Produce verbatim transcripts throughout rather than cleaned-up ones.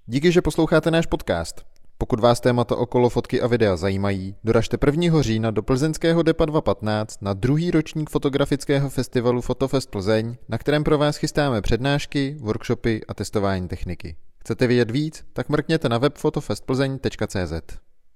Díky, že posloucháte náš podcast. Pokud vás témata okolo fotky a videa zajímají, doražte prvního října do plzeňského Depa dva patnáct na druhý ročník fotografického festivalu Fotofest Plzeň, na kterém pro vás chystáme přednášky, workshopy a testování techniky. Chcete vědět víc? Tak mrkněte na web fotofestplzeň tečka cé zet.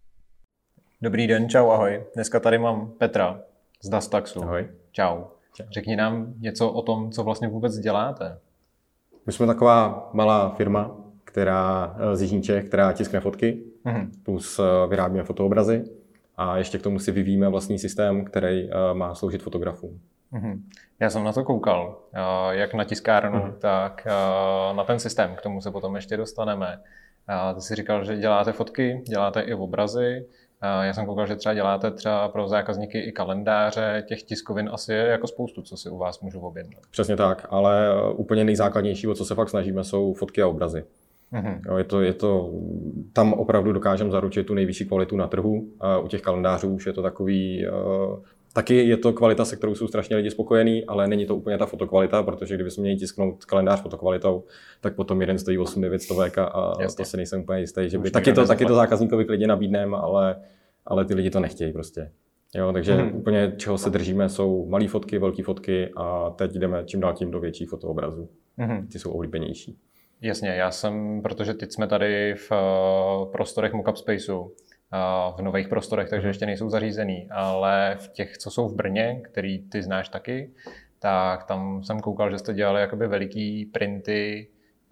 Dobrý den, čau, ahoj. Dneska tady mám Petra z Dastaxu. Ahoj. Čau. čau. Řekni nám něco o tom, co vlastně vůbec děláte. My jsme taková malá firma, která z Jižní Čech, která tiskne fotky, mm-hmm. plus vyrábíme fotoobrazy a ještě k tomu si vyvíjíme vlastní systém, který má sloužit fotografům. Mm-hmm. Já jsem na to koukal, jak na tiskárnu, mm-hmm. tak na ten systém, k tomu se potom ještě dostaneme. Ty jsi říkal, že děláte fotky, děláte i obrazy. Já jsem koukal, že třeba děláte třeba pro zákazníky i kalendáře, těch tiskovin asi je jako spoustu, co si u vás můžu objednat. Přesně tak, ale úplně nejzákladnější, o co se fakt snažíme, jsou fotky a obrazy. Mm-hmm. Jo, je to, je to, tam opravdu dokážeme zaručit tu nejvyšší kvalitu na trhu. A u těch kalendářů už je to takový, uh, taky je to kvalita, se kterou jsou strašně lidi spokojení, ale není to úplně ta fotokvalita, protože kdybychom měli tisknout kalendář fotokvalitou, tak potom jeden stojí osm devět stovek a, a to si nejsem úplně jistý, že by taky to, taky to zákazníkovi klidně nabídneme, ale, ale ty lidi to nechtějí prostě. Jo, takže mm-hmm. úplně čeho se držíme jsou malé fotky, velké fotky a teď jdeme čím dál tím do větších fotoobrazů. Mm-hmm. Ty jsou oblíbenější. Jasně, já jsem, protože teď jsme tady v uh, prostorech Mockup Spaceu, uh, v nových prostorech, takže ještě nejsou zařízený, ale v těch, co jsou v Brně, který ty znáš taky, tak tam jsem koukal, že jste dělali jakoby veliký printy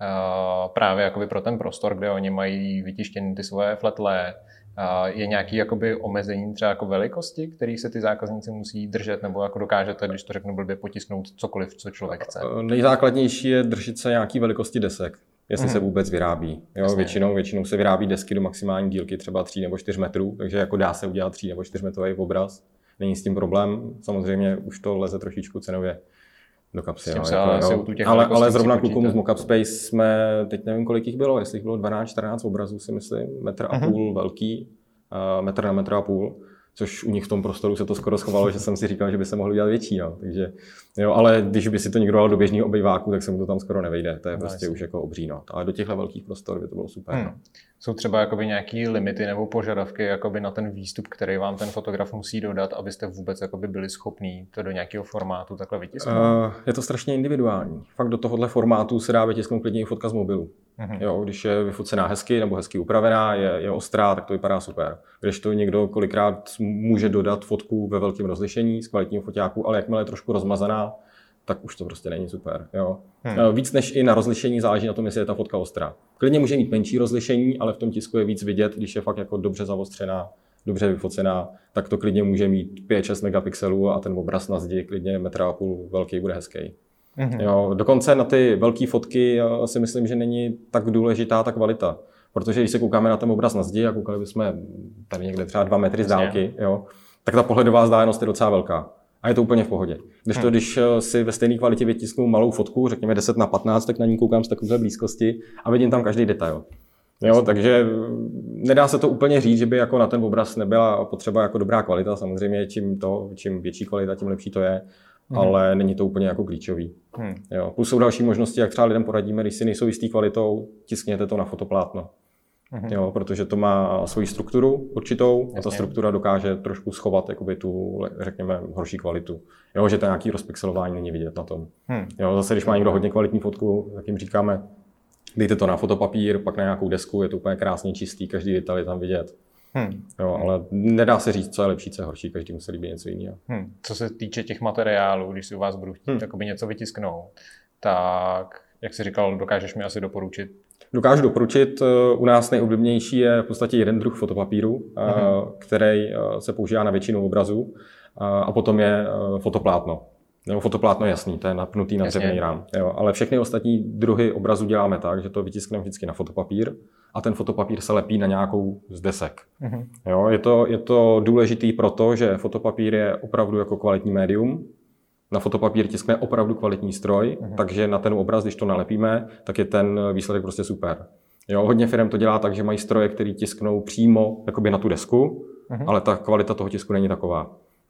uh, právě jakoby pro ten prostor, kde oni mají vytištěny ty svoje fletle. Uh, je nějaký jakoby omezení třeba jako velikosti, kterých se ty zákazníci musí držet, nebo jako dokážete, když to řeknu blbě, potisknout cokoliv, co člověk chce? Nejzákladnější je držet se nějaký velikosti desek, jestli mm. se vůbec vyrábí. Jo, většinou, většinou se vyrábí desky do maximální dílky třeba tři nebo čtyři metrů, takže jako dá se udělat tři nebo čtyři metrový obraz. Není s tím problém, samozřejmě už to leze trošičku cenově do kapsy. Jo, jako, jo. Ale, ale zrovna klukům z Mockup Space jsme, teď nevím, kolik jich bylo, jestli jich bylo dvanáct čtrnáct obrazů, si myslím, metr a půl uh-huh. velký, uh, metr na metr a půl, což u nich v tom prostoru se to skoro schovalo, že jsem si říkal, že by se mohli udělat větší. No. Takže, jo, ale když by si to někdo dal do běžného obejváku, tak se mu to tam skoro nevejde, to je no, prostě už jako obří. No. Ale do těchto velkých prostor by to bylo super. Hmm. No. Jsou třeba jakoby nějaký limity nebo požadavky jakoby na ten výstup, který vám ten fotograf musí dodat, abyste vůbec jakoby byli schopní to do nějakého formátu takhle vytisknout? Uh, je to strašně individuální. Fakt do tohohle formátu se dá vytisknout klidně i fotka z mobilu. Uh-huh. Jo, když je vyfocená hezky nebo hezky upravená, je, je ostrá, tak to vypadá super. Když to někdo kolikrát může dodat fotku ve velkém rozlišení z kvalitního foťáku, ale jakmile je trošku rozmazaná, tak už to prostě není super. Jo. Hmm. Víc než i na rozlišení záleží na tom, jestli je ta fotka ostrá. Klidně může mít menší rozlišení, ale v tom tisku je víc vidět, když je fakt jako dobře zaostřená, dobře vyfocená, tak to klidně může mít pět šest megapixelů a ten obraz na zdi klidně metra a půl velký bude hezký. Hmm. Jo. Dokonce na ty velké fotky si myslím, že není tak důležitá ta kvalita. Protože když se koukáme na ten obraz na zdi a koukali bychom tady někde třeba dva metry z dálky, jo, tak ta pohledová vzdálenost je docela velká. A je to úplně v pohodě. Když to, když si ve stejné kvalitě vytisknu malou fotku, řekněme deset na patnáct, tak na ní koukám z takové blízkosti a vidím tam každý detail. Jo, takže nedá se to úplně říct, že by jako na ten obraz nebyla potřeba jako dobrá kvalita. Samozřejmě čím, to, čím větší kvalita, tím lepší to je, hmm. ale není to úplně jako klíčový. Hmm. Jo, plus jsou další možnosti, jak třeba lidem poradíme, když si nejsou jistý kvalitou, tiskněte to na fotoplátno. Mm-hmm. Jo, protože to má svoji strukturu určitou. Jasně. A ta struktura dokáže trošku schovat jakoby tu, řekněme, horší kvalitu. Jo, že to nějaký rozpixelování není vidět na tom. Hmm. Jo, zase, když má někdo hodně kvalitní fotku, tak jim říkáme, dejte to na fotopapír, pak na nějakou desku, je to úplně krásně čistý, každý detail je tam vidět. Hmm. Jo, ale nedá se říct, co je lepší, co je horší, každému se líbí něco jiného. Hmm. Co se týče těch materiálů, když si u vás budu chtít hmm. něco vytisknout, tak, jak jsi říkal, dokážeš mi asi doporučit? Dokážu doporučit. U nás nejoblíbenější je v podstatě jeden druh fotopapíru, uh-huh. který se používá na většinu obrazů, a potom je fotoplátno. Nebo fotoplátno jasný, to je napnutý na dřevěný rám. Jo, ale všechny ostatní druhy obrazů děláme tak, že to vytiskneme vždycky na fotopapír a ten fotopapír se lepí na nějakou z desek. Uh-huh. Jo, je to, je to důležitý proto, že fotopapír je opravdu jako kvalitní médium. Na fotopapír tiskne opravdu kvalitní stroj, uh-huh. takže na ten obraz, když to nalepíme, tak je ten výsledek prostě super. Jo, hodně firm to dělá tak, že mají stroje, které tisknou přímo jakoby na tu desku, uh-huh. ale ta kvalita toho tisku není taková.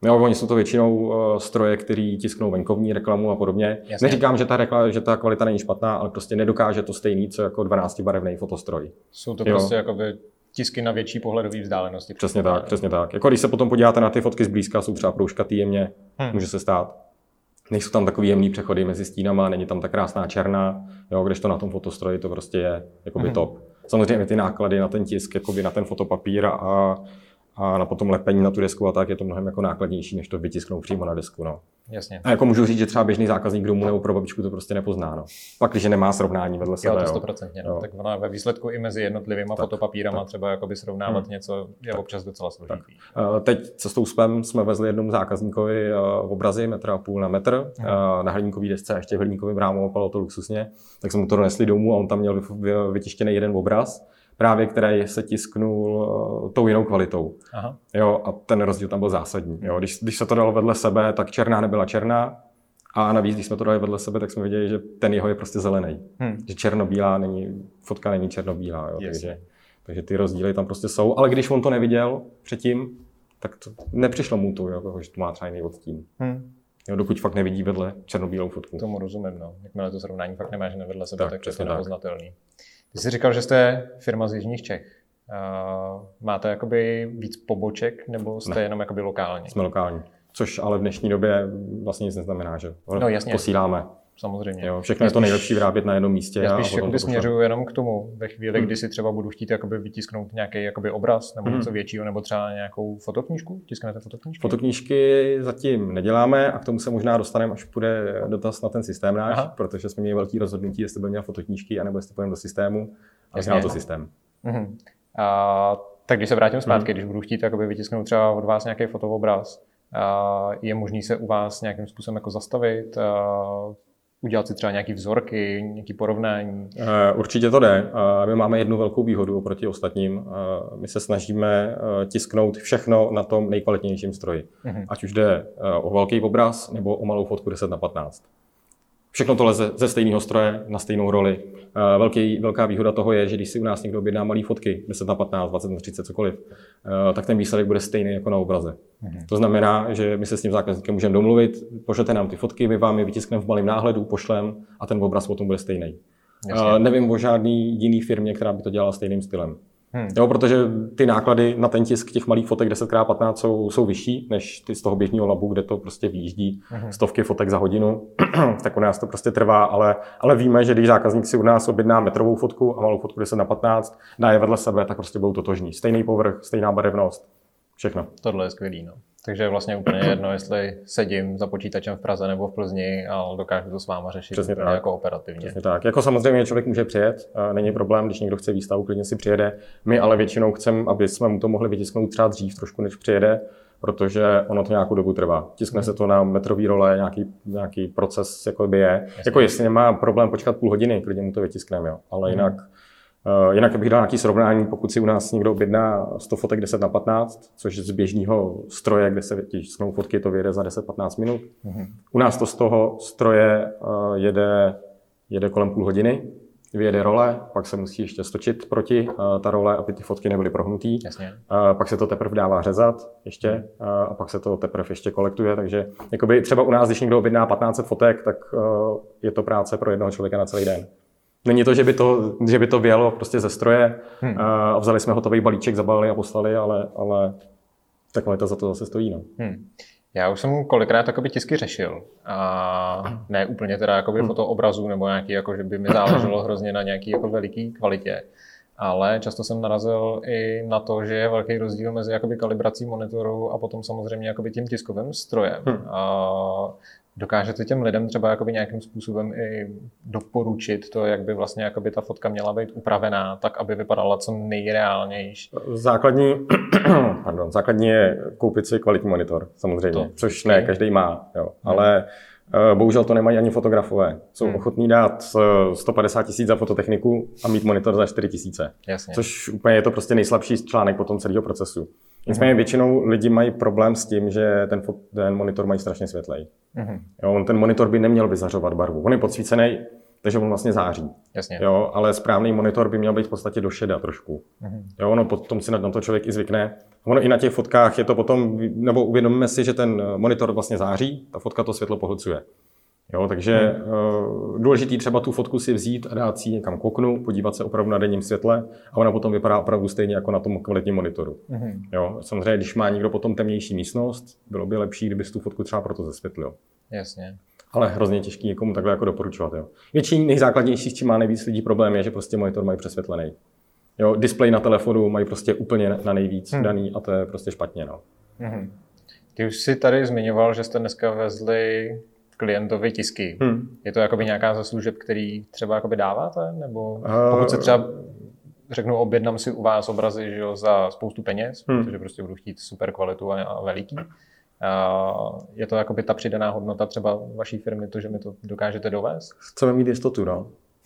Jo, oni jsou to většinou uh, stroje, který tisknou venkovní reklamu a podobně. Jasně. Neříkám, že ta, rekla, že ta kvalita není špatná, ale prostě nedokáže to stejný, co jako dvanáctibarevný fotostroj. Jsou to jo. prostě jakoby tisky na větší pohledové vzdálenosti. Přesně tak, přesně tak. Jako když se potom podíváte na ty fotky zblízka, jsou třeba proužkatý jemně, hmm. může se stát. Nejsou tam takový jemný přechody mezi stínama, není tam ta krásná černá, jo, kdežto na tom fotostroji to prostě je jakoby hmm. top. Samozřejmě ty náklady na ten tisk, jakoby na ten fotopapír a a na potom lepení na tu desku a tak je to mnohem jako nákladnější, než to vytisknout přímo na desku. No. Jasně. A jako můžu říct, že třeba běžný zákazník domů nebo pro babičku to prostě nepozná. No. Pak, když nemá srovnání vedle sebe. Jo, to sto procent. No. Tak ona ve výsledku i mezi jednotlivými fotopapírama tak. třeba jakoby srovnávat hmm. něco je tak. občas docela složitý. Teď cestou spem jsme vezli jednomu zákazníkovi obrazy metr a půl na metr. Hmm. Na hliníkový desce, ještě v hliníkovém rámu, opalo to luxusně. Tak jsme mu to donesli domů a on tam měl vytištěný jeden obraz. Právě který se tisknul uh, tou jinou kvalitou. Aha. Jo, a ten rozdíl tam byl zásadní. Jo. Když, když se to dalo vedle sebe, tak černá nebyla černá. A navíc, když jsme to dali vedle sebe, tak jsme viděli, že ten jeho je prostě zelený. Hmm. Že černobílá není, fotka není černobílá. Jo. Yes. Takže, takže ty rozdíly tam prostě jsou. Ale když on to neviděl předtím, tak to nepřišlo mu to, jo, že to má třeba jiný odstín. Hmm. Jo, dokud fakt nevidí vedle černobílou fotku. Tomu rozumím. No. Jakmile to srovnání fakt nemáš vedle sebe, tak, tak je to nepoznatelný. Ty jsi říkal, že jste firma z jižních Čech. Uh, máte jakoby víc poboček, nebo jste ne. jenom jakoby lokální? Jsme lokální, což ale v dnešní době vlastně nic neznamená, že no, jasně. posíláme. Samozřejmě. Jo, všechno je to nejlepší vyrábět na jednom místě. Já spíš jakoby směřuju jenom k tomu, ve chvíli, hmm. kdy si třeba budu chtít jakoby vytisknout nějaký jakoby obraz nebo hmm. něco většího, nebo třeba nějakou fotoknížku. Tisknete fotoknížky? Fotoknížky zatím neděláme a k tomu se možná dostaneme, až půjde dotaz na ten systém náš, Aha. protože jsme měli velký rozhodnutí, jestli budeme měl fotoknížky, anebo jestli půjdeme do systému a dělá to systém. Hmm. A tak když se vrátím zpátky, hmm. když budu chtít jakoby vytisknout třeba od vás nějaký fotoobraz, je možný se u vás nějakým způsobem jako zastavit, udělat si třeba nějaké vzorky, nějaké porovnání? Určitě to jde. My máme jednu velkou výhodu oproti ostatním. My se snažíme tisknout všechno na tom nejkvalitnějším stroji. Mm-hmm. Ať už jde o velký obraz nebo o malou fotku deset na patnáct. Všechno to leze ze stejného stroje na stejnou roli. Velký, velká výhoda toho je, že když si u nás někdo objedná malé fotky deset na patnáct, dvacet na třicet, cokoliv, tak ten výsledek bude stejný jako na obraze. Mhm. To znamená, že my se s tím zákazníkem můžeme domluvit, pošlete nám ty fotky, my vám je vytiskneme v malém náhledu, pošlem a ten obraz potom bude stejný. Jasně. Nevím o žádný jiný firmě, která by to dělala stejným stylem. Hmm. Jo, protože ty náklady na ten tisk těch malých fotek deset krát patnáct jsou, jsou vyšší než ty z toho běžného labu, kde to prostě vyjíždí hmm. stovky fotek za hodinu. Tak u nás to prostě trvá, ale, ale víme, že když zákazník si u nás objedná metrovou fotku a malou fotku deset na patnáct, dá je vedle sebe, tak prostě budou totožní. Stejný povrch, stejná barevnost, všechno. Tohle je skvělý, no. Takže je vlastně úplně jedno, jestli sedím za počítačem v Praze nebo v Plzni, ale dokážu to s váma řešit jako operativně. Přesně tak. Jako samozřejmě člověk může přijet, není problém, když někdo chce výstavu, klidně si přijede. My ale většinou chceme, aby jsme mu to mohli vytisknout třeba dřív trošku, než přijede, protože ono to nějakou dobu trvá. Tiskne hmm. se to na metrový role, nějaký, nějaký proces jakoby je. Jasně. Jako jestli nemá problém počkat půl hodiny, klidně mu to vytiskneme, jo. Ale hmm. jinak Uh, jinak bych dal nějaké srovnání, pokud si u nás někdo objedná sto fotek deset na patnáct, což z běžného stroje, kde se tisknou fotky, to vyjede za deset patnáct minut. Mm-hmm. U nás to z toho stroje uh, jede, jede kolem půl hodiny, vyjede role, pak se musí ještě stočit proti uh, ta role, aby ty fotky nebyly prohnutý. Jasně. Uh, pak se to teprve dává řezat ještě uh, a pak se to teprve ještě kolektuje. Takže jakoby třeba u nás, když někdo objedná patnáct set fotek, tak uh, je to práce pro jednoho člověka na celý den. Není to, že by to, že by to vyjelo prostě ze stroje hmm. a vzali jsme hotový balíček, zabalili a poslali, ale, ale ta kvalita za to zase stojí. No. Hmm. Já už jsem kolikrát takoby tisky řešil. A ne úplně teda jakoby hmm. fotoobrazů nebo nějaký, jako, že by mi záleželo hrozně na nějaký jako veliký kvalitě. Ale často jsem narazil i na to, že je velký rozdíl mezi jakoby kalibrací monitoru a potom samozřejmě jakoby tím tiskovým strojem. Hmm. A dokážete těm lidem třeba jakoby nějakým způsobem i doporučit to, jak by vlastně jakoby ta fotka měla být upravená, tak aby vypadala co nejreálnější? Základní, pardon, základní je koupit si kvalitní monitor, samozřejmě, to, což ne každý má, jo. Hmm. Ale uh, bohužel to nemají ani fotografové. Jsou hmm. ochotní dát sto padesát tisíc za fototechniku a mít monitor za čtyři tisíce. Jasně. Což úplně je to prostě nejslabší článek potom celého procesu. Nicméně většinou lidi mají problém s tím, že ten, ten monitor mají strašně světlej. Mm-hmm. Jo, ten monitor by neměl vyzařovat barvu. On je podsvícený, takže on vlastně září. Jasně. Jo, ale správný monitor by měl být v podstatě do šeda trošku. Mm-hmm. Jo, ono potom si na to člověk i zvykne. Ono i na těch fotkách je to potom, nebo uvědomíme si, že ten monitor vlastně září, ta fotka to světlo pohlcuje. Jo, takže hmm. uh, důležitý třeba tu fotku si vzít a dát si ji někam k oknu, podívat se opravdu na denním světle a ona potom vypadá opravdu stejně jako na tom kvalitním monitoru. Hmm. Jo, samozřejmě, když má někdo potom temnější místnost, bylo by lepší, kdyby tu fotku třeba proto zesvětlil. Jasně. Ale hrozně těžký někomu takhle jako doporučovat. Jo. Většině nejzákladnější, s čím má nejvíc lidí problém, je, že prostě monitor mají přesvětlený. Jo, displej na telefonu mají prostě úplně na nejvíc hmm. daný a to je prostě špatně. No. Hmm. Ty už jsi tady zmiňoval, že jste dneska vezli klientovi tisky. Hmm. Je to jakoby nějaká ze služeb, který třeba jakoby dáváte? Nebo pokud se třeba řeknu, objednám si u vás obrazy, že jo, za spoustu peněz, hmm. protože prostě budu chtít super kvalitu a, a veliký. A je to jakoby ta přidaná hodnota třeba vaší firmy, to, že mi to dokážete dovést? Chceme mít jistotu, no.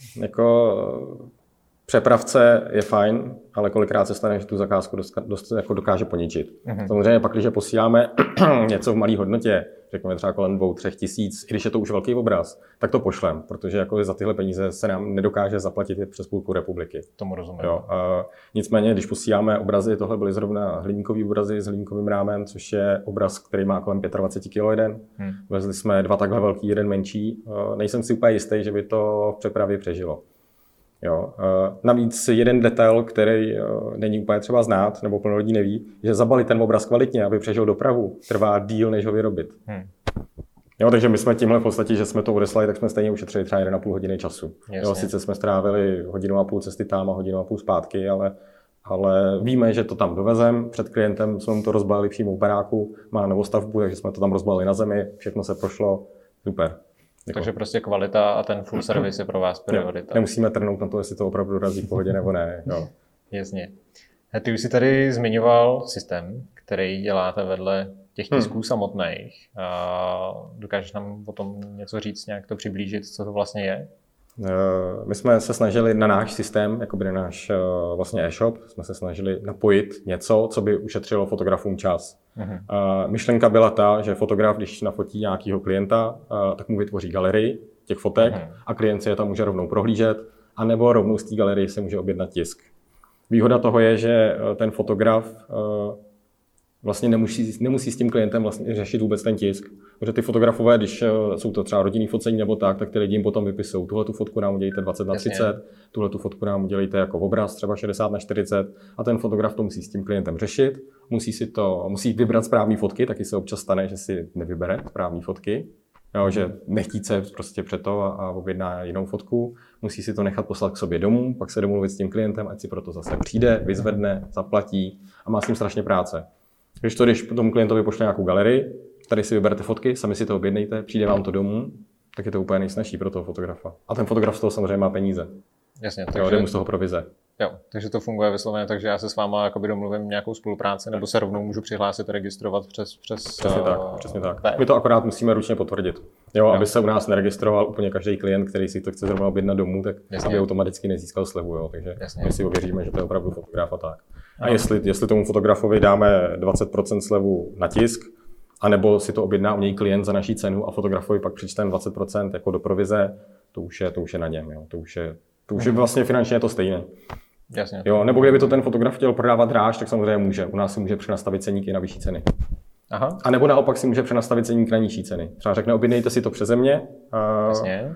Jako přepravce je fajn, ale kolikrát se stane, že tu zakázku dost, dost jako dokáže poničit. Mm-hmm. Samozřejmě pak, když posíláme něco v malé hodnotě, řekněme třeba kolem dvou, třech tisíc, i když je to už velký obraz, tak to pošlem, protože jako za tyhle peníze se nám nedokáže zaplatit přes půlku republiky. Tomu rozumím. Jo, a nicméně, když posíláme obrazy, tohle byly zrovna hliníkový obrazy s hliníkovým rámem, což je obraz, který má kolem dvacet pět kilogramů jeden. Hmm. Vezli jsme dva takhle velký, jeden menší. Nejsem si úplně jistý, že by to v přepravě přežilo. Jo. Navíc jeden detail, který není úplně třeba znát, nebo plno lidí neví, že zabalit ten obraz kvalitně, aby přežil dopravu, trvá díl, než ho vyrobit. Hmm. Jo, takže my jsme tímhle v podstatě, že jsme to odeslali, tak jsme stejně ušetřili třeba jedna a půl hodiny času. Jo, sice jsme strávili hodinu a půl cesty tam a hodinu a půl zpátky, ale, ale víme, že to tam dovezem. Před klientem jsme mu to rozbalili přímo u baráku, má novostavbu, takže jsme to tam rozbalili na zemi, všechno se prošlo, super. Takže prostě kvalita a ten full service je pro vás priorita. Nemusíme trhnout na to, jestli to opravdu dorazí v pohodě nebo ne. Jo. Jasně. A ty už jsi tady zmiňoval systém, který děláte vedle těch tisků hmm. samotných. A dokážeš nám o tom něco říct, nějak to přiblížit, co to vlastně je? My jsme se snažili na náš systém, jakoby na náš vlastně e-shop, jsme se snažili napojit něco, co by ušetřilo fotografům čas. Uh-huh. Myšlenka byla ta, že fotograf, když nafotí nějakého klienta, tak mu vytvoří galerii těch fotek uh-huh. a klient si je tam může rovnou prohlížet, anebo rovnou z té galerie se může objednat tisk. Výhoda toho je, že ten fotograf vlastně nemusí, nemusí s tím klientem vlastně řešit vůbec ten tisk. Protože ty fotografové, když jsou to třeba rodinný focení nebo tak, tak ty lidi jim potom vypisují. Tuhle tu fotku nám udělejte dvacet na třicet, tuhle tu fotku nám udělejte jako obraz třeba šedesát na čtyřicet a ten fotograf to musí s tím klientem řešit. Musí si to, musí vybrat správné fotky, taky se občas stane, že si nevybere správné fotky. Jo, že nechtít se prostě před to a, a objedná jinou fotku. Musí si to nechat poslat k sobě domů, pak se domluvit s tím klientem, ať si proto zase přijde, vyzvedne, zaplatí a má s tím strašně práce. Když to, když tomu klientovi pošle nějakou galerii, tady si vyberete fotky, sami si to objednejte, přijde vám to domů, tak je to úplně nejsnažší pro toho fotografa. A ten fotograf z toho samozřejmě má peníze. Jasně, takže jo, jde mu z toho provize. Jo, takže to funguje vysloveně, takže já se s váma jakoby domluvím nějakou spolupráci, nebo se rovnou můžu přihlásit a registrovat přes... přes přesně uh, tak, přesně tak. My to akorát musíme ručně potvrdit. Jo, jo, aby se u nás neregistroval úplně každý klient, který si to chce zrovna objednat domů, tak jasně. Aby automaticky nezískal slevu. Jo, takže jasně. My si ověříme, že to je opravdu fotograf a tak. A jestli, jestli tomu fotografovi dáme dvacet procent slevu na tisk, anebo si to objedná u něj klient za naší cenu a fotografovi pak přičteme dvacet procent jako do provize, to už je, to už je na něm. Jo. To už je, to už je vlastně finančně to stejné. Jasně. Jo, nebo kdyby to ten fotograf chtěl prodávat dráž, tak samozřejmě může. U nás si může přenastavit ceníky na vyšší ceny. Aha. A nebo naopak si může přenastavit ceník na nižší ceny. Třeba řekne, objednejte si to přeze mě a,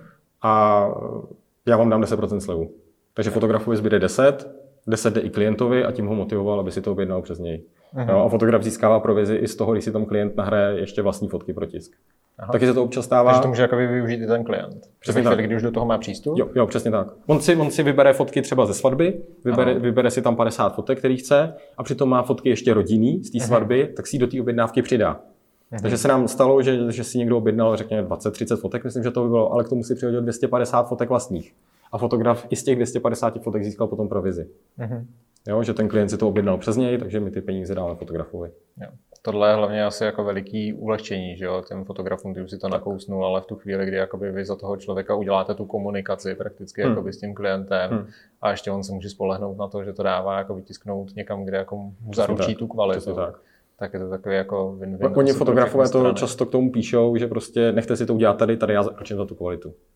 a já vám dám deset procent slevu. Takže fotografovi zbyde deset, deset jde i klientovi a tím ho motivoval, aby si to objednal přes něj. Jo, a fotograf získává provizi i z toho, když si tam klient nahraje ještě vlastní fotky pro tisk. Aha. Taky se to občas stává. Takže to může jakoby využít i ten klient. Přesně tak. Když už do toho má přístup? Jo, jo, přesně tak. On si, on si vybere fotky třeba ze svatby, vybere, vybere si tam padesát fotek, který chce, a přitom má fotky ještě rodinný z té svatby, tak si do té objednávky přidá. Aha. Takže se nám stalo, že, že si někdo objednal, řekněme, dvacet třicet fotek, myslím, že to by bylo, ale k tomu si přihodil dvě stě padesát fotek vlastních. A fotograf i z těch dvě stě padesát fotek získal potom provizi. Aha. Jo, že ten klient si to objednal přes něj, takže my ty peníze dáme fotografovi. Jo. Tohle je hlavně asi jako veliký ulehčení, že jo, těm fotografům, ty už si to nakousnul, ale v tu chvíli, kdy jakoby vy za toho člověka uděláte tu komunikaci prakticky hmm. jakoby s tím klientem hmm. a ještě on se může spolehnout na to, že to dává jako vytisknout někam, kde jako mu zaručí tu kvalitu. Tak. tak je to takový jako win-win. Oni fotografové to často k tomu píšou, že prostě nechte si to udělat tady, tady já zaručím za tu kvalitu.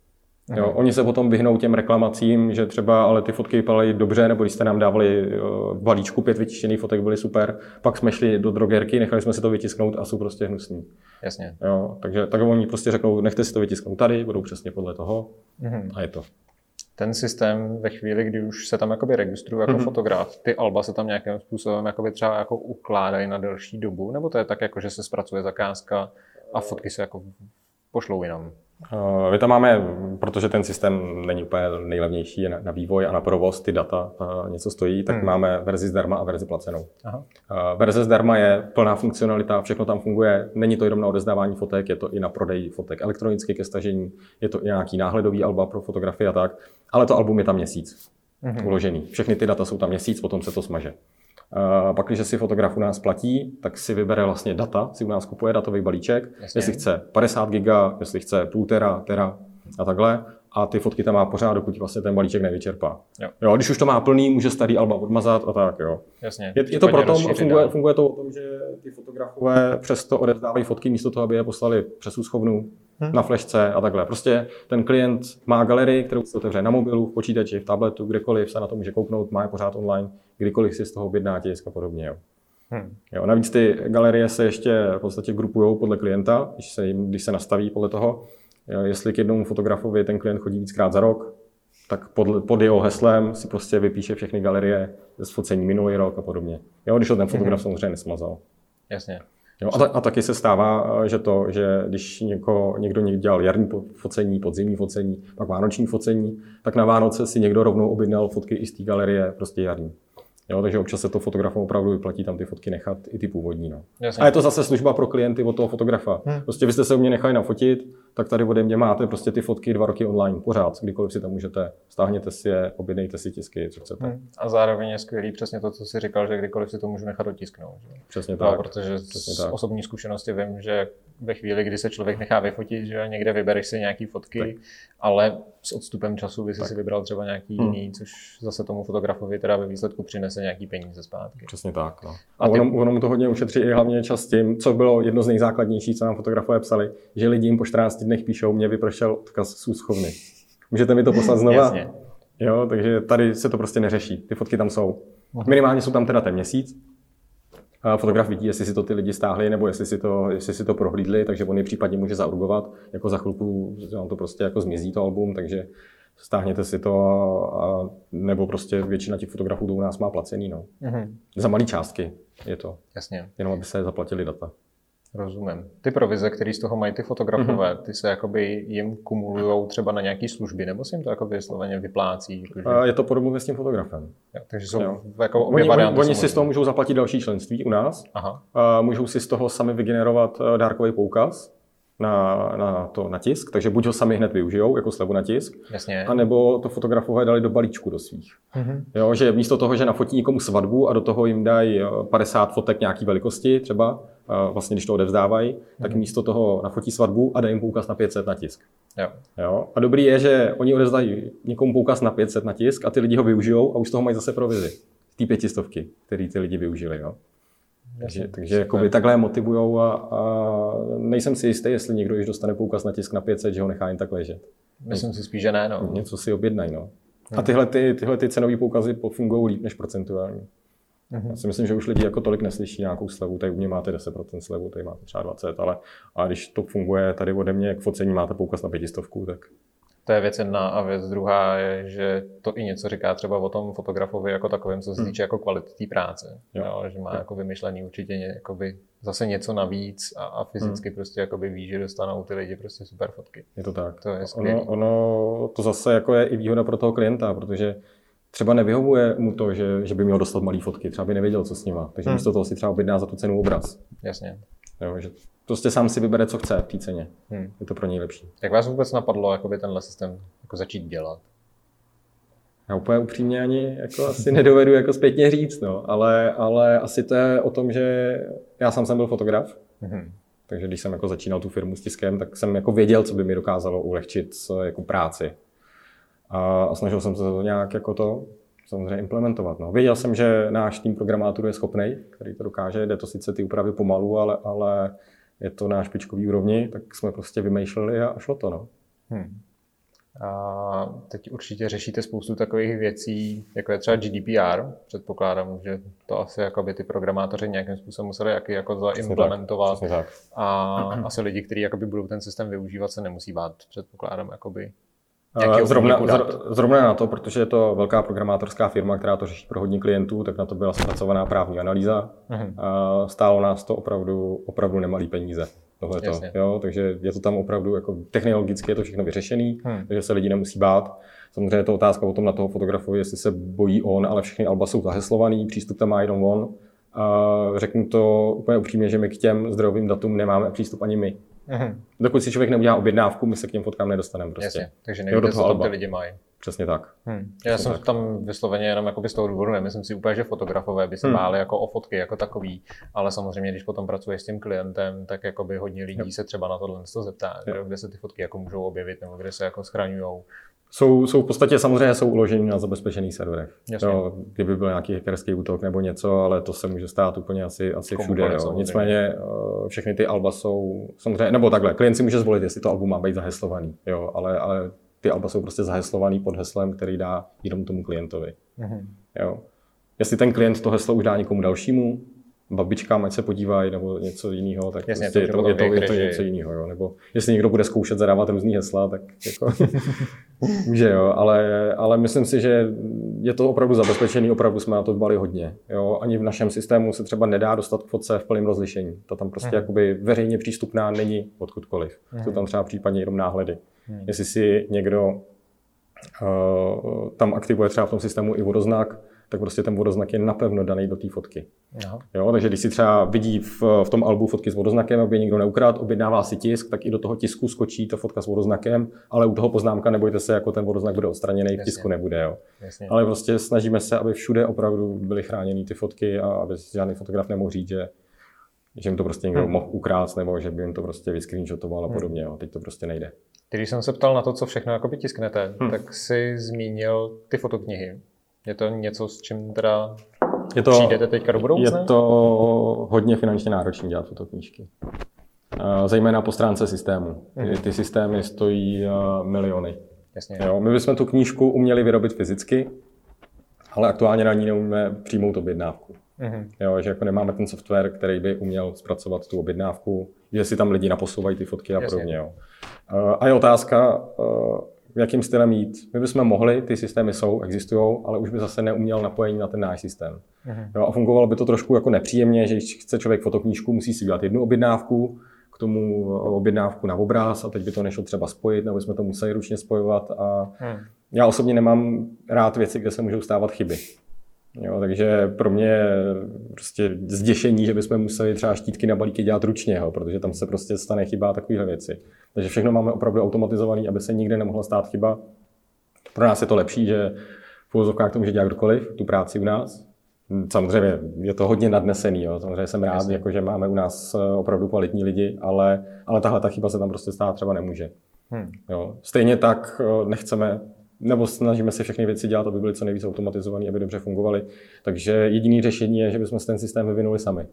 Jo, oni se potom vyhnou těm reklamacím, že třeba ale ty fotky vypadaly dobře, nebo když jste nám dávali v balíčku pět vytištěných fotek, byly super, pak jsme šli do drogerky, nechali jsme si to vytisknout a jsou prostě hnusný. Jasně. Jo, takže tak oni prostě řeknou, nechte si to vytisknout tady, budou přesně podle toho mm-hmm. a je to. Ten systém ve chvíli, kdy už se tam jakoby registruju jako mm-hmm. fotograf, ty alba se tam nějakým způsobem jakoby třeba jako ukládají na delší dobu, nebo to je tak jako, že se zpracuje zakázka a fotky se jako pošlou jinam? Uh, my tam máme, protože ten systém není úplně nejlevnější na, na vývoj a na provoz, ty data uh, něco stojí, tak hmm. máme verzi zdarma a verzi placenou. Aha. Uh, verze zdarma je plná funkcionalita, všechno tam funguje, není to jenom na odezdávání fotek, je to i na prodej fotek elektronicky ke stažení, je to i nějaký náhledový alba pro fotografii a tak, ale to album je tam měsíc hmm. uložený. Všechny ty data jsou tam měsíc, potom se to smaže. Uh, pak, když si fotograf u nás platí, tak si vybere vlastně data, si u nás kupuje datový balíček, Jasně. jestli chce padesát giga, jestli chce půl tera, tera a takhle. A ty fotky tam má pořád, dokud vlastně ten balíček nevyčerpá. Jo. Jo, když už to má plný, může starý alba odmazat a tak. Jo. Jasně. Je, je to proto, funguje, funguje to o tom, že ty fotografové přesto odevzdávají fotky místo toho, aby je poslali přes úschovnu, hmm. na flešce a takhle. Prostě ten klient má galerii, kterou si otevře na mobilu, v počítači, v tabletu, kdekoliv se na to může kouknout, má je pořád online, kdykoliv si z toho objedná tisk a podobně. Jo. Hmm. Jo, navíc ty galerie se ještě v podstatě grupují podle klienta, když se, když se nastaví podle toho. Jestli k jednomu fotografovi ten klient chodí víckrát za rok, tak pod, pod jeho heslem si prostě vypíše všechny galerie z focení minulý rok a podobně. Jo, když to ten fotograf mm-hmm. samozřejmě nesmazal. Jasně. Jo, a, ta, a taky se stává, že to, že když něko, někdo někdo dělal jarní focení, podzimní focení, pak vánoční focení, tak na Vánoce si někdo rovnou objednal fotky i z té galerie, prostě jarní. Jo, takže občas se to fotografům opravdu vyplatí tam ty fotky nechat, i ty původní. No. A je to zase služba pro klienty od toho fotografa. Hmm. Prostě vy jste se u mě nechali nafotit, tak tady ode mě máte prostě ty fotky dva roky online, pořád, kdykoliv si tam můžete, stáhněte si je, objednejte si tisky, co chcete. Hmm. A zároveň je skvělý přesně to, co jsi říkal, že kdykoliv si to můžu nechat otisknout. Že? Přesně tak. No, protože přesně z tak. osobní zkušenosti vím, že ve chvíli, kdy se člověk nechá vyfotit, že někde vybereš si nějaký fotky, tak. ale s odstupem času by si, si vybral třeba nějaký hmm. jiný, což zase tomu fotografovi teda ve výsledku přinese nějaký peníze zpátky. Přesně tak. No. A, a ty... ono, ono mu to hodně ušetří i hlavně čas tím, co bylo jedno z nejzákladnějších, co nám fotografové psali, že lidi jim po čtrnácti dnech píšou, mě vypršel odkaz z úschovny. Můžete mi to poslat znova? Jasně. Jo, takže tady se to prostě neřeší. Ty fotky tam jsou. Minimálně jsou tam teda ten měsíc. Fotograf vidí, jestli si to ty lidi stáhli, nebo jestli si to, jestli si to prohlídli, takže on je případně může zaurgovat. Jako za chvilku vám to prostě jako zmizí to album, takže stáhněte si to, a, nebo prostě většina těch fotografů to u nás má placený. No. Mm-hmm. Za malý částky je to. Jasně. Jenom aby se zaplatili data. Rozumím. Ty provize, které z toho mají ty fotografové, ty se jakoby jim kumulujou třeba na nějaké služby, nebo se jim to jakoby vysloveně vyplácí? Jakože... Je to podobně s tím fotografem. Jo, takže jsou jo. jako obě oni, varianty. Oni si z toho můžou zaplatit další členství u nás. Aha. Můžou si z toho sami vygenerovat dárkový poukaz na, na, to, na tisk, takže buď ho sami hned využijou jako slevu na tisk, Jasně. anebo to fotografové dali do balíčku do svých. Mm-hmm. Jo, že místo toho, že nafotí někomu svatbu a do toho jim dají padesát fotek nějaký velikosti třeba, vlastně když to odevzdávají, mm-hmm. tak místo toho nafotí svatbu a dají jim poukaz na pět set na tisk. Jo. Jo. A dobrý je, že oni odevzdají někomu poukaz na pět set na tisk a ty lidi ho využijou a už z toho mají zase provizi. Ty pětistovky, který ty lidi využili. Jo. Takže, takže jakoby takhle motivujou a, a nejsem si jistý, jestli někdo, když dostane poukaz na tisk na pět set, že ho nechá jen tak ležet. Myslím si spíš, že ne. No. Něco si objednají. No. A tyhle, ty, tyhle ty cenové poukazy fungují líp než procentuální. Mm-hmm. Já si myslím, že už lidi jako tolik neslyší nějakou slevu, tady u mě máte deset procent slevu, tady máte třeba dvacet procent, ale a když to funguje tady ode mě, jak focení máte poukaz na pětistovku, tak... To je věc jedna a věc druhá je, že to i něco říká třeba o tom fotografovi jako takovém, co se týče jako kvality té práce. Jo. Jo, že má jo. jako vymyšlený určitě jakoby zase něco navíc a, a fyzicky hmm. prostě jakoby ví, že dostanou ty lidi prostě super fotky. Je to tak. To je ono, ono to zase jako je i výhoda pro toho klienta, protože třeba nevyhovuje mu to, že, že by měl dostat malý fotky, třeba by nevěděl, co s nima, takže hmm. místo toho si třeba objedná za tu cenu obraz. Jasně. Jo, že prostě sám si vybere, co chce v té ceně. Hmm. Je to pro něj lepší. Jak vás vůbec napadlo jakoby tenhle systém jako začít dělat? Já úplně upřímně ani jako asi nedovedu jako zpětně říct, no. ale, ale asi to je o tom, že já sám jsem byl fotograf, hmm. takže když jsem jako začínal tu firmu s tiskem, tak jsem jako věděl, co by mi dokázalo ulehčit jako práci. A, a snažil jsem se to nějak jako to samozřejmě implementovat. No. Věděl jsem, že náš tým programátorů je schopný, který to dokáže, jde to sice ty úpravy pomalu, ale, ale je to na špičkový úrovni, tak jsme prostě vymýšleli a šlo to. No. Hmm. A teď určitě řešíte spoustu takových věcí, jako je třeba G D P R. Předpokládám, že to asi jakoby ty programátoři nějakým způsobem museli jaký jako zaimplementovat. Přesně tak. A asi lidi, kteří jakoby budou ten systém využívat, se nemusí bát, předpokládám, jakoby Zrovna, zrovna na to, protože je to velká programátorská firma, která to řeší pro hodně klientů, tak na to byla zpracovaná právní analýza. Uh-huh. A stálo nás to opravdu, opravdu nemalý peníze. Tohleto, jo? Takže je to tam opravdu, jako technologicky je to všechno vyřešený, hmm. takže se lidi nemusí bát. Samozřejmě je to otázka o tom na toho fotografu, jestli se bojí on, ale všechny alba jsou zaheslovaný, přístup tam má jenom on. A řeknu to úplně upřímně, že my k těm zdrojovým datům nemáme přístup ani my. Mm-hmm. Dokud si člověk neudělá objednávku, my se k těm fotkám nedostaneme prostě. Jasně, takže nevíte, co tam ty lidi mají. Přesně tak. Hmm. Já jsem tak. tam vysloveně jenom z toho důvodu, nemyslím si úplně, že fotografové by se hmm. báli jako o fotky jako takový, ale samozřejmě, když potom pracuješ s tím klientem, tak jakoby hodně lidí jo. se třeba na tohle zeptá, že, kde se ty fotky jako můžou objevit nebo kde se jako schraňujou. Jsou, jsou v podstatě samozřejmě jsou uloženy na zabezpečených serverech. To, kdyby byl nějaký hackerský útok nebo něco, ale to se může stát úplně asi, asi všude. Jo. Nicméně všechny ty alba jsou samozřejmě, nebo takhle, klient si může zvolit, jestli to album má být zaheslovaný, jo, ale, ale ty alba jsou prostě zaheslovaný pod heslem, který dá jenom tomu klientovi. Mm-hmm. Jo. Jestli ten klient to heslo už dá někomu dalšímu, babičkám, ať se podívají, nebo něco jiného, tak jasně, prostě to, je, to, je to něco jiného. Jo. Nebo jestli někdo bude zkoušet zadávat různý hesla, tak jako může, jo. Ale, ale myslím si, že je to opravdu zabezpečený, opravdu jsme na to dbali hodně. Jo. Ani v našem systému se třeba nedá dostat k fotce v plném rozlišení. To tam prostě hmm. jakoby veřejně přístupná není odkudkoliv. Hmm. Jsou tam třeba případně jenom náhledy. Hmm. Jestli si někdo uh, tam aktivuje třeba v tom systému i vodoznak, tak prostě ten vodoznak je napevno daný do té fotky. Jo, takže když si třeba vidí v, v tom albu fotky s vodoznakem, aby někdo neukradl, objednává si tisk, tak i do toho tisku skočí ta fotka s vodoznakem, ale u toho poznámka nebojte se, jako ten vodoznak bude odstraněný, v tisku nebude. Jo. Ale prostě snažíme se, aby všude opravdu byly chráněny ty fotky a aby žádný fotograf nemohl říct, že, že jim to prostě někdo hmm. mohl ukrát, nebo že by jim to prostě vyscreenshotoval a podobně. Jo. Teď to prostě nejde. Když jsem se ptal na to, co všechno jakoby tisknete, hmm. tak si zmínil ty fotoknihy. Je to něco, s čím teda je to, přijdete teďka do budoucna? Je to hodně finančně náročné dělat fotoknížky. Zejména po stránce systému. Ty, ty systémy stojí miliony. Jasně. Jo, my bychom tu knížku uměli vyrobit fyzicky, ale aktuálně na ní neumíme přijmout objednávku. Mm-hmm. Jo, že jako nemáme ten software, který by uměl zpracovat tu objednávku, že si tam lidi naposouvají ty fotky a podobně. Jo. A je otázka, jakým stylem jít. My bychom mohli, ty systémy jsou, existují, ale už by zase neuměl napojení na ten náš systém. Mm-hmm. Jo, a fungovalo by to trošku jako nepříjemně, že když chce člověk fotoknížku, musí si dělat jednu objednávku, k tomu objednávku na obraz a teď by to nešlo třeba spojit, nebo jsme to museli ručně spojovat. A mm. já osobně nemám rád věci, kde se můžou stávat chyby. Jo, takže pro mě prostě zděšení, že bychom museli třeba štítky na balíky dělat ručně, jo, protože tam se prostě stane chyba a takovéhle věci. Takže všechno máme opravdu automatizované, aby se nikde nemohla stát chyba. Pro nás je to lepší, že v uvozovkách to může dělat kdokoliv, tu práci u nás. Samozřejmě je to hodně nadnesený, jo. Samozřejmě jsem rád, jako, že máme u nás opravdu kvalitní lidi, ale, ale tahle ta chyba se tam prostě stát třeba nemůže. Hmm. Jo. Stejně tak nechceme nebo snažíme se všechny věci dělat, aby byly co nejvíc automatizované, aby dobře fungovaly. Takže jediné řešení je, že bychom ten systém vyvinuli sami.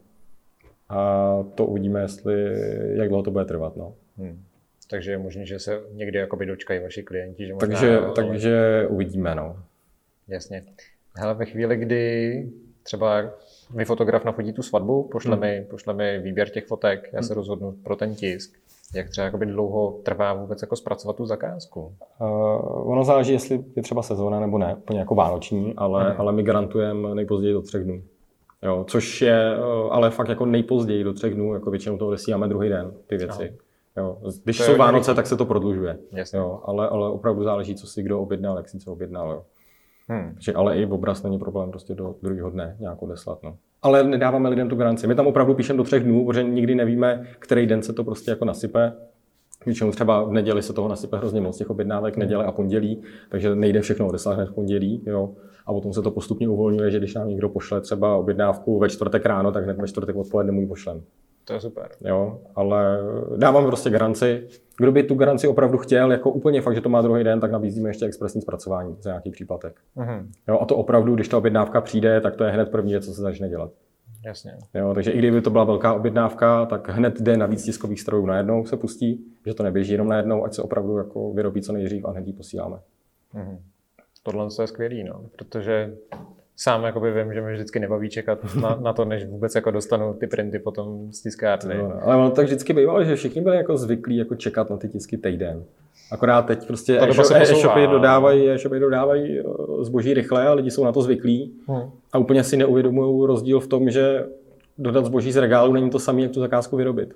A to uvidíme, jestli, jak dlouho to bude trvat. No. Hmm. Takže je možné, že se někdy jakoby dočkají vaši klienti. Že možná, takže, ale... takže uvidíme. No. Jasně. Hele, ve chvíli, kdy třeba mi fotograf nafotí tu svatbu, pošle, hmm. mi, pošle mi výběr těch fotek, já se hmm. rozhodnu pro ten tisk. Jak třeba jakoby dlouho trvá vůbec jako zpracovat tu zakázku? Uh, ono záleží, jestli je třeba sezóna nebo ne, úplně jako vánoční, ale, hmm. ale my garantujeme nejpozději do třech dnů. Jo, což je uh, ale fakt jako nejpozději do třech dnů, jako většinou to odesíláme druhý den, ty věci. Jo. Když to jsou Vánoce, tak se to prodlužuje. Jo, ale, ale opravdu záleží, co si kdo objednal, jak si co objednal. Jo. Hmm. Takže, ale i obraz není problém prostě do druhého dne nějak odeslat. No. Ale nedáváme lidem tu garanci. My tam opravdu píšeme do třech dnů, protože nikdy nevíme, který den se to prostě jako nasype. Většinou třeba v neděli se toho nasype hrozně moc těch objednávek, neděle a pondělí, takže nejde všechno odeslat hned v pondělí. Jo. A potom se to postupně uvolňuje, že když nám někdo pošle třeba objednávku ve čtvrtek ráno, tak hned ve čtvrtek odpoledne mu ji pošlem. To je super. Jo, ale dáváme prostě garanci. Kdo by tu garanci opravdu chtěl, jako úplně fakt, že to má druhý den, tak nabízíme ještě expresní zpracování za nějaký příplatek. Uh-huh. Jo, a to opravdu, když ta objednávka přijde, tak to je hned první, co se začne dělat. Jasně. Jo, takže i kdyby to byla velká objednávka, tak hned jde na víc tiskových strojů najednou se pustí. že to neběží jenom najednou, ať se opravdu jako vyrobí co nejdřív a hned ji posíláme. Mm-hmm. Tohle je skvělý, no, protože sám jakoby vím, že mě vždycky nebaví čekat na, na to, než vůbec jako dostanu ty printy potom z tiskárny. No, no. Ale ono tak vždycky bývalo, že všichni byli jako zvyklí jako čekat na ty tisky týden. Akorát teď prostě e-shopy dodávají, e-shopy dodávají zboží rychle a lidi jsou na to zvyklí hmm. a úplně si neuvědomují rozdíl v tom, že dodat zboží z regálu není to samé, jak tu zakázku vyrobit.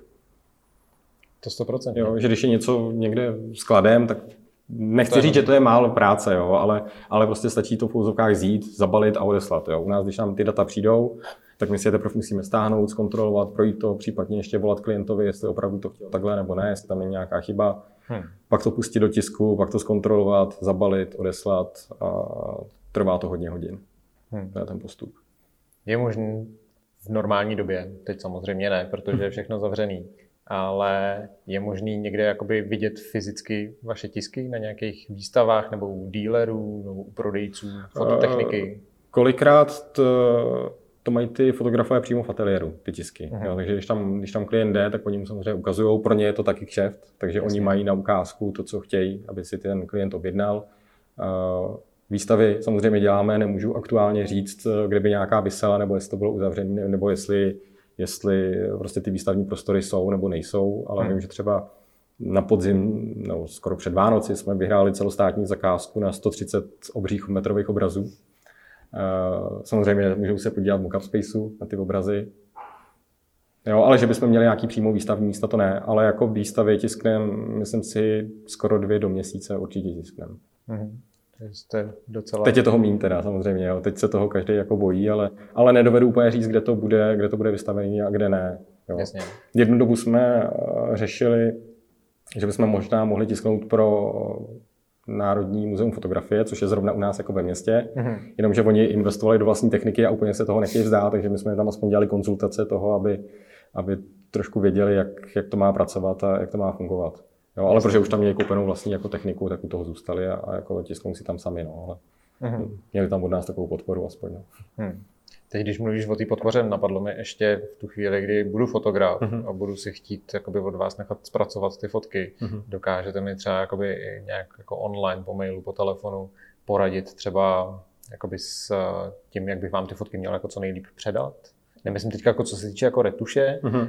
To sto procent. Jo, že když je něco někde skladem, tak nechci to říct, že to je málo práce, jo, ale, ale prostě stačí to v pouzovkách vzít, zabalit a odeslat. Jo. U nás, když nám ty data přijdou, tak my si je teprve musíme stáhnout, zkontrolovat, projít to, případně ještě volat klientovi, jestli opravdu to chtěl takhle nebo ne, jestli tam je nějaká chyba. Hmm. Pak to pustit do tisku, pak to zkontrolovat, zabalit, odeslat a trvá to hodně hodin. Hmm. To je ten postup. Je možný v normální době, teď samozřejmě ne, protože je všechno zavřený, ale je možný někde jakoby vidět fyzicky vaše tisky na nějakých výstavách nebo u dealerů nebo u prodejců fototechniky? Uh, kolikrát to, to mají ty fotografové přímo v ateliéru, ty tisky. Uh-huh. Jo, takže když tam, když tam klient jde, tak oni mu samozřejmě ukazují, pro ně je to taky kšeft, takže Jasně. oni mají na ukázku to, co chtějí, aby si ten klient objednal. Uh, Výstavy samozřejmě děláme, nemůžu aktuálně říct, kde by nějaká visela, nebo jestli to bylo uzavřené, nebo jestli, jestli prostě ty výstavní prostory jsou nebo nejsou, ale hmm. vím, že třeba na podzim, no, skoro před Vánoci jsme vyhráli celostátní zakázku na sto třicet obřích metrových obrazů. Samozřejmě můžou se podívat v Mockup Spaceu na ty obrazy. Jo, ale že bychom měli nějaký přímo výstavní místa, to ne, ale jako výstavy tisknem, myslím si, skoro dvě do měsíce určitě tisknem. Hmm. Jste docela... Teď je toho míň teda samozřejmě, jo. Teď se toho každý jako bojí, ale, ale nedovedu úplně říct, kde to bude, kde to bude vystavený a kde ne. Jo. Jasně. Jednu dobu jsme řešili, že bychom možná mohli tisknout pro Národní muzeum fotografie, což je zrovna u nás jako ve městě, mm-hmm. jenomže oni investovali do vlastní techniky a úplně se toho nechtějí vzdát, takže my jsme tam aspoň dělali konzultace toho, aby, aby trošku věděli, jak, jak to má pracovat a jak to má fungovat. Jo, ale protože už tam měli koupenou vlastní jako techniku, tak u toho zůstali a, a jako tisknou si tam sami, no, ale mm-hmm. měli tam od nás takovou podporu aspoň. No. Hmm. Teď, když mluvíš o té podpoře, napadlo mi ještě v tu chvíli, kdy budu fotograf mm-hmm. a budu si chtít jakoby od vás nechat zpracovat ty fotky, mm-hmm. dokážete mi třeba jakoby i nějak jako online, po mailu, po telefonu poradit třeba jakoby s tím, jak bych vám ty fotky měl jako co nejlíp předat? Nemyslím teď jako co se týče jako retuše, mm-hmm.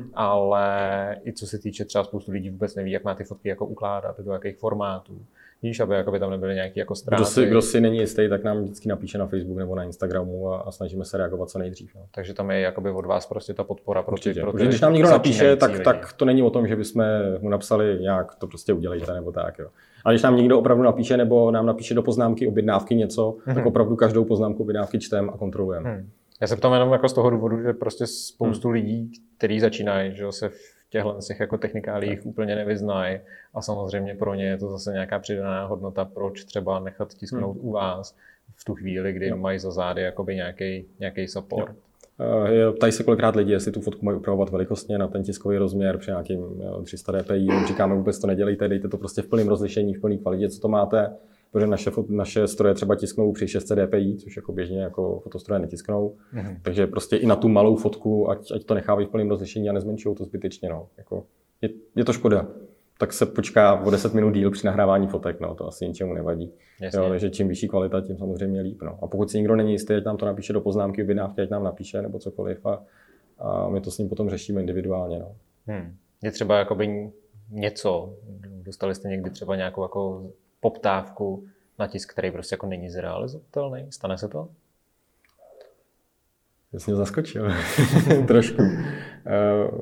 ale i co se týče třeba spoustu lidí vůbec neví, jak má ty fotky jako ukládat, do jakých formátů. Víš, aby jakoby tam nebyly nějaké jako ztráty. Kdo si, kdo si není jistý, tak nám vždycky napíše na Facebook nebo na Instagramu a, a snažíme se reagovat co nejdřív. No. Takže tam je jakoby od vás prostě ta podpora pro ty, pro ty, když nám někdo napíše, tak, tak to není o tom, že bychom mu napsali nějak to prostě udělejte nebo tak. Jo. Ale když nám někdo opravdu napíše nebo nám napíše do poznámky objednávky něco, mm-hmm. tak opravdu každou poznámku objednávky čteme a kontrolujeme. Hmm. Já se ptám jenom jako z toho důvodu, že prostě spoustu hmm. lidí, kteří začínají, že se v těchto jako technikálích hmm. úplně nevyznají a samozřejmě pro ně je to zase nějaká přidaná hodnota, proč třeba nechat tisknout hmm. u vás v tu chvíli, kdy jo. mají za zády jakoby nějaký, nějaký support. Jo. Ptají se kolikrát lidi, jestli tu fotku mají upravovat velikostně na ten tiskový rozměr při nějakým tři sta dpi. Říkáme, vůbec to nedělejte, dejte to prostě v plném rozlišení, v plné kvalitě, co to máte. Protože naše, naše stroje třeba tisknou při šest set dpi, což jako běžně jako fotostroje netisknou. Mm-hmm. Takže prostě i na tu malou fotku, ať, ať to nechávají v plném rozlišení a nezmenšují to zbytečně. No. Jako, je, je to škoda. Tak se počká o deset minut díl při nahrávání fotek, no, to asi ničemu nevadí. Jo, takže čím vyšší kvalita, tím samozřejmě líp. No. A pokud si nikdo není jistý, ať nám to napíše do poznámky, objednávky, ať nám napíše nebo cokoliv a, a my to s ním potom řešíme individuálně. No. Hmm. Je třeba jakoby něco, dostali jste někdy třeba nějakou jako poptávku na tisk, který prostě jako není zrealizovatelný? Stane se to? Já jsem mě zaskočil. Trošku. Uh,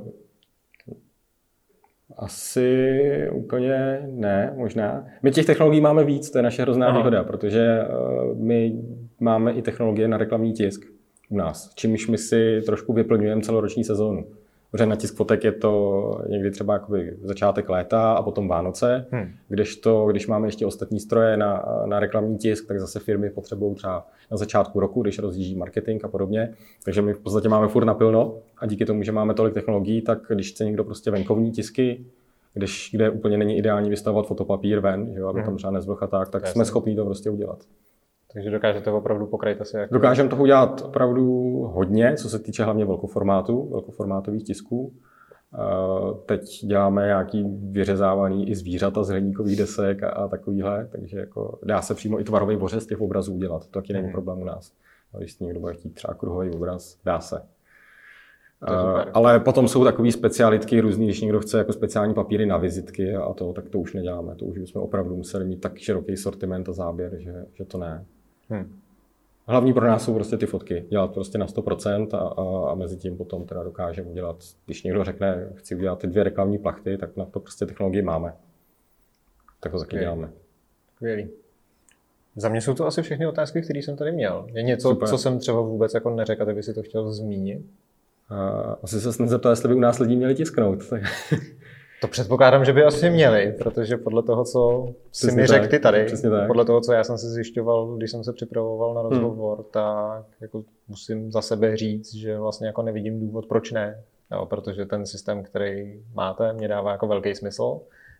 asi úplně ne, možná. My těch technologií máme víc, to je naše hrozná Aha. výhoda, protože uh, my máme i technologie na reklamní tisk u nás, čímž my si trošku vyplňujeme celoroční sezónu. Protože na tisk fotek je to někdy třeba jakoby začátek léta a potom Vánoce, hmm. kdežto, když máme ještě ostatní stroje na, na reklamní tisk, tak zase firmy potřebují třeba na začátku roku, když rozjíždí marketing a podobně. Takže my v podstatě máme furt napilno a díky tomu, že máme tolik technologií, tak když chce někdo prostě venkovní tisky, když, kde úplně není ideální vystavovat fotopapír ven, že jo, aby hmm. tam třeba nezvlh tak, tak jsme schopni to prostě udělat. Takže dokážete opravdu pokrýt asi jak... Dokážeme toho udělat opravdu hodně, co se týče hlavně velkoformátu, velkoformátových tisků. Teď děláme nějaký vyřezávaný i zvířata z hliníkových desek a, a takovýhle, takže jako dá se přímo i tvarový bořez z těch obrazů udělat, to taky není problém u nás. Když si někdo bude chtít třeba kruhový obraz, dá se. Uh, ale potom jsou takové specialitky různý, když někdo chce jako speciální papíry na vizitky a to, tak to už neděláme. To už bychom opravdu museli mít tak široký sortiment a záběr, že, že to ne. Hmm. Hlavní pro nás jsou prostě ty fotky. Dělat prostě na sto procent a, a, a mezi tím potom teda dokážeme udělat, když někdo řekne, chci udělat ty dvě reklamní plachty, tak na to prostě technologii máme. Tak to taky děláme. Skvělý. Za mě jsou to asi všechny otázky, které jsem tady měl. Je něco, Super. Co jsem třeba vůbec jako neřekl, a ty by si to chtěl zmínit? Uh, asi se snad zeptal, jestli by u nás lidi měli tisknout. To předpokládám, že by asi měli, protože podle toho, co si mi řekl ty tady, podle toho, co já jsem si zjišťoval, když jsem se připravoval na rozhovor, hmm. tak jako musím za sebe říct, že vlastně jako nevidím důvod, proč ne. Jo, protože ten systém, který máte, mě dává jako velký smysl.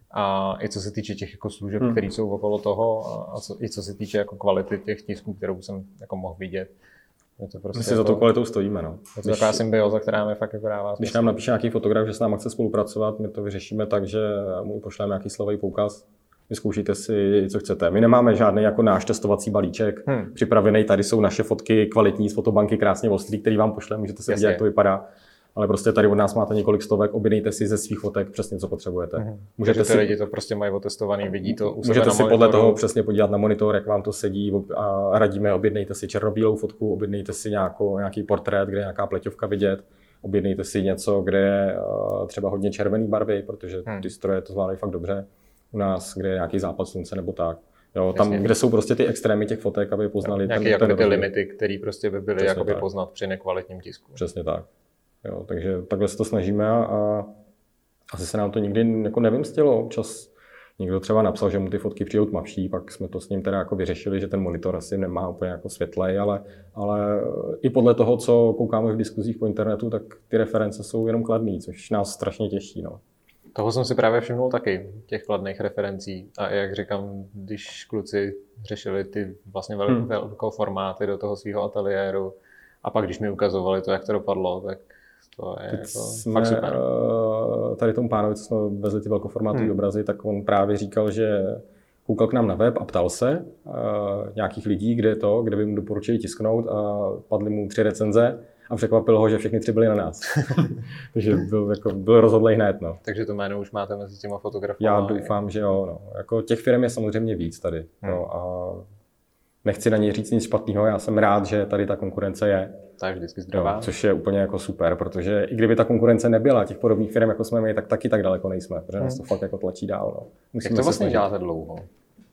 A i co se týče těch jako služeb, hmm. které jsou okolo toho, a co, i co se týče jako kvality těch tisků, kterou jsem jako mohl vidět. To prostě My si jako, za tou kvalitou stojíme. No. Je to taková symbioza, která mi fakt jako dává smysl. Když nám napíše nějaký fotograf, že s námi chce spolupracovat, my to vyřešíme tak, že mu pošleme nějaký slový poukaz. Vyzkoušíte si, co chcete. My nemáme žádný jako náš testovací balíček hmm. připravený. Tady jsou naše fotky kvalitní z fotobanky, krásně ostrý, který vám pošleme, můžete si vidět, jak to vypadá. Ale prostě tady od nás máte několik stovek, objednejte si ze svých fotek přesně, co potřebujete. Mm-hmm. Můžete si, lidi to prostě mají otestovaný, vidí to u sebe Můžete na si monitoru. Podle toho přesně podívat na monitor, jak vám to sedí a radíme, objednejte si černobílou fotku, objednejte si nějakou, nějaký portrét, kde je nějaká pleťovka vidět, objednejte si něco, kde je uh, třeba hodně červený barvy, protože hmm. ty stroje to zvládají fakt dobře. U nás, kde je nějaký západ slunce nebo tak. Jo, tam, Jasně. kde jsou prostě ty extrémy těch fotek, aby poznali jo, nějaký ten, ten ty limity, které prostě by byly jakoby poznat při nekvalitním tisku. Přesně tak. Jo, takže takhle se to snažíme a, a asi se nám to nikdy jako nevymstilo. Občas někdo třeba napsal, že mu ty fotky přijdou tmavší, pak jsme to s ním teda jako vyřešili, že ten monitor asi nemá úplně jako světlej, ale, ale i podle toho, co koukáme v diskuzích po internetu, tak ty reference jsou jenom kladný, což nás strašně těší. No. Toho jsem si právě všimnul taky, těch kladných referencí. A jak říkám, když kluci řešili ty vlastně velké hmm. velké formáty do toho svého ateliéru a pak když mi ukazovali to, jak to dopadlo, tak to je jako fakt super. Tady tomu pánovi, co jsme vezli ty velkoformátové hmm. obrazy, tak on právě říkal, že koukal k nám na web a ptal se uh, nějakých lidí, kde je to, kde by mu doporučili tisknout a padly mu tři recenze a překvapilo ho, že všechny tři byly na nás. Takže byl, jako, byl rozhodlej hned. No. Takže to jméno už máte mezi těma fotografy. Já doufám, že jo. No. Jako těch firm je samozřejmě víc tady. Hmm. No, a nechci na něj říct nic špatného, já jsem rád, že tady ta konkurence je. To je vždycky zdravá. Jo, což je úplně jako super, protože i kdyby ta konkurence nebyla, těch podobných firm, jako jsme my, tak taky tak daleko nejsme, protože nás to fakt jako tlačí dál. No. Jak to vlastně děláte dlouho? Uh,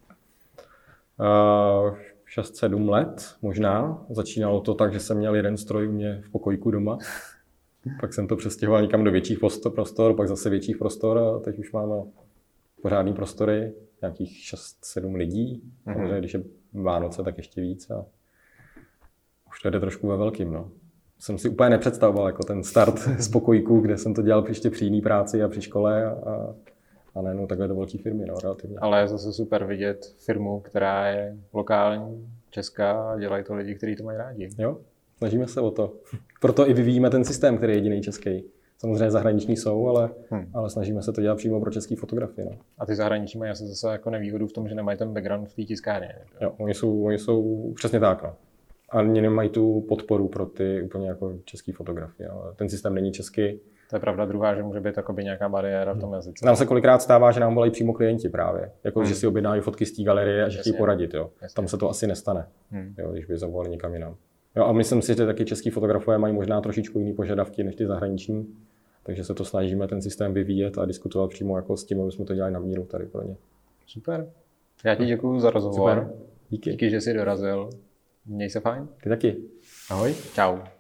šest sedm let možná. Začínalo to tak, že jsem měl jeden stroj u mě v pokojíku doma. Pak jsem to přestěhoval někam do větších prostor, pak zase větších prostor a teď už máme pořádný prostory, nějakých šest sedm lidí. Mm-hmm. Samozřejmě, když je Vánoce, tak ještě víc. A už to jde trošku ve velkým. No. Jsem si úplně nepředstavoval jako ten start z pokojíku, kde jsem to dělal ještě při jiný práci a při škole. A, a ne, no, takhle do velké firmy, no, relativně. Ale je zase super vidět firmu, která je lokální, česká a dělají to lidi, kteří to mají rádi. Jo, snažíme se o to. Proto i vyvíjíme ten systém, který je jediný český. Samozřejmě zahraniční jsou, ale, hmm. ale snažíme se to dělat přímo pro české fotografie. No. A ty zahraniční mají asi zase jako nevýhodu v tom, že nemají ten background v té tiskárně. Jo, oni jsou, oni jsou přesně tak. No. Ani nemají tu podporu pro ty úplně jako české fotografie. Ale ten systém není český. To je pravda. Druhá, že může být nějaká bariéra v tom jazyce. Nám se kolikrát stává, že nám volají přímo klienti právě. Jako, hmm. že si objednají fotky z té galerie a že chtějí poradit. Jo. Tam se to asi nestane, hmm. jo, když by zavolali někam jinam. Jo, a myslím si, že taky český fotografové mají možná trošičku jiné požadavky než ty zahraniční. Takže se to snažíme ten systém vyvíjet a diskutovat přímo jako s tím, aby jsme to dělali na míru tady pro ně. Super. Já ti děkuju za rozhovor. Super. Díky. Díky, že jsi dorazil. Měj se fajn. Ty taky. Ahoj. Čau.